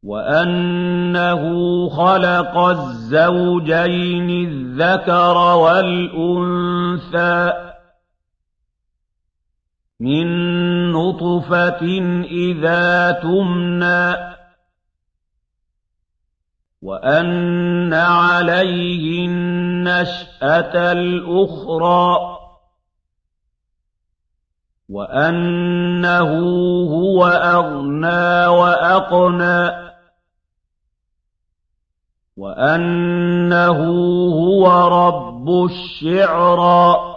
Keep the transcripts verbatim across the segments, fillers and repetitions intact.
وَأَنَّهُ خَلَقَ الزَّوْجَيْنِ الذَّكَرَ وَالْأُنثَىٰ مِن نُّطْفَةٍ إِذَا تُمْنَىٰ وَأَنَّ عَلَيْهِ النَّشْأَةَ الْأُخْرَىٰ وَأَنَّهُ هُوَ أَغْنَىٰ وَأَقْنَىٰ وَأَنَّهُ هُوَ رَبُّ الشِّعْرَىٰ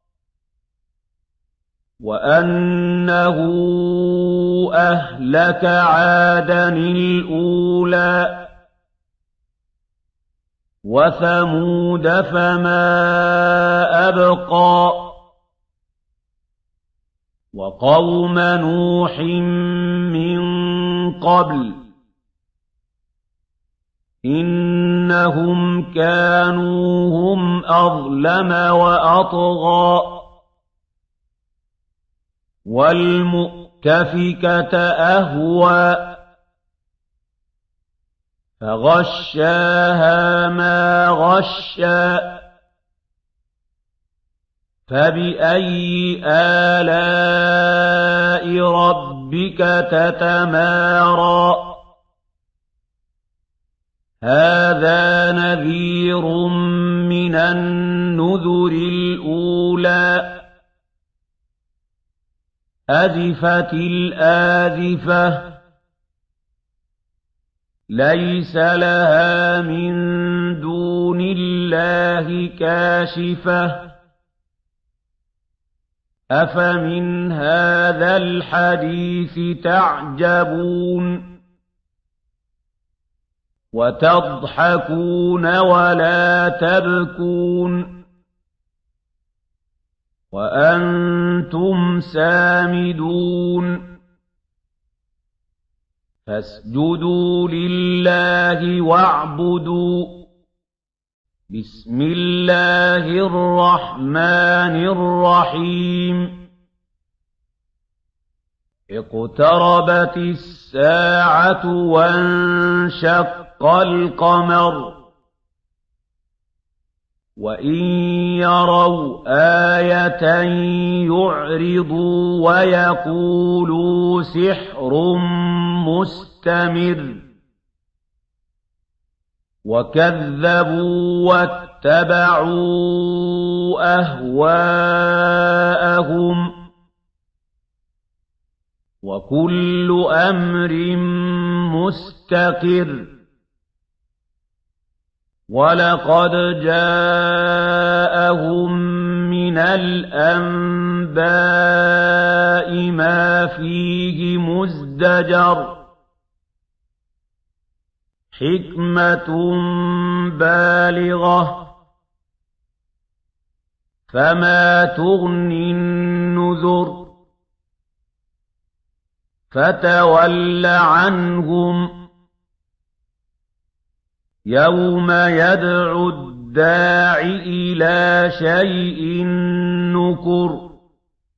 وَأَنَّهُ أَهْلَكَ عَادًا الْأُولَىٰ وَثَمُودَ فَمَا أَبْقَىٰ وَقَوْمَ نُوحٍ مِّن قَبْلُ ۖ إِنَّهُمْ كَانُوا هُمْ أَظْلَمَ وَأَطْغَىٰ وَالْمُؤْتَفِكَةَ أَهْوَىٰ فَغَشَّاهَا مَا غَشَّىٰ فَبِأَيِّ آلَاءِ رَبِّكَ تَتَمَارَىٰ هَٰذَا نَذِيرٌ مِّنَ النُّذُرِ الْأُولَىٰ أَزِفَتِ الْآزِفَةُ لَيْسَ لَهَا مِن دُونِ اللَّهِ كَاشِفَةٌ أَفَمِنْ هَٰذَا الْحَدِيثِ تَعْجَبُونَ وَتَضْحَكُونَ وَلَا تَبْكُونَ وَأَنتُمْ سَامِدُونَ فَاسْجُدُوا لِلَّهِ وَاعْبُدُوا بِسْمِ اللَّهِ الرَّحْمَٰنِ الرَّحِيمِ اقْتَرَبَتِ السَّاعَةُ وَانشَقَّ الْقَمَرُ وَإِن يَرَوْا آيَةً يُعْرِضُوا وَيَقُولُوا سِحْرٌ مُّسْتَمِرٌّ وَكَذَّبُوا وَاتَّبَعُوا أَهْوَاءَهُمْ وَكُلُّ أَمْرٍ مُّسْتَقِرٌّ وَلَقَدْ جَاءَهُم مِّنَ الْأَنبَاءِ مَا فِيهِ مُزْدَجَرٌ حِكْمَةٌ بَالِغَةٌ فَمَا تُغْنِ النُّذُرُ فَتَوَلَّ عَنْهُمْ يَوْمَ يَدْعُ الدَّاعِ إِلَىٰ شَيْءٍ نُّكُرٍ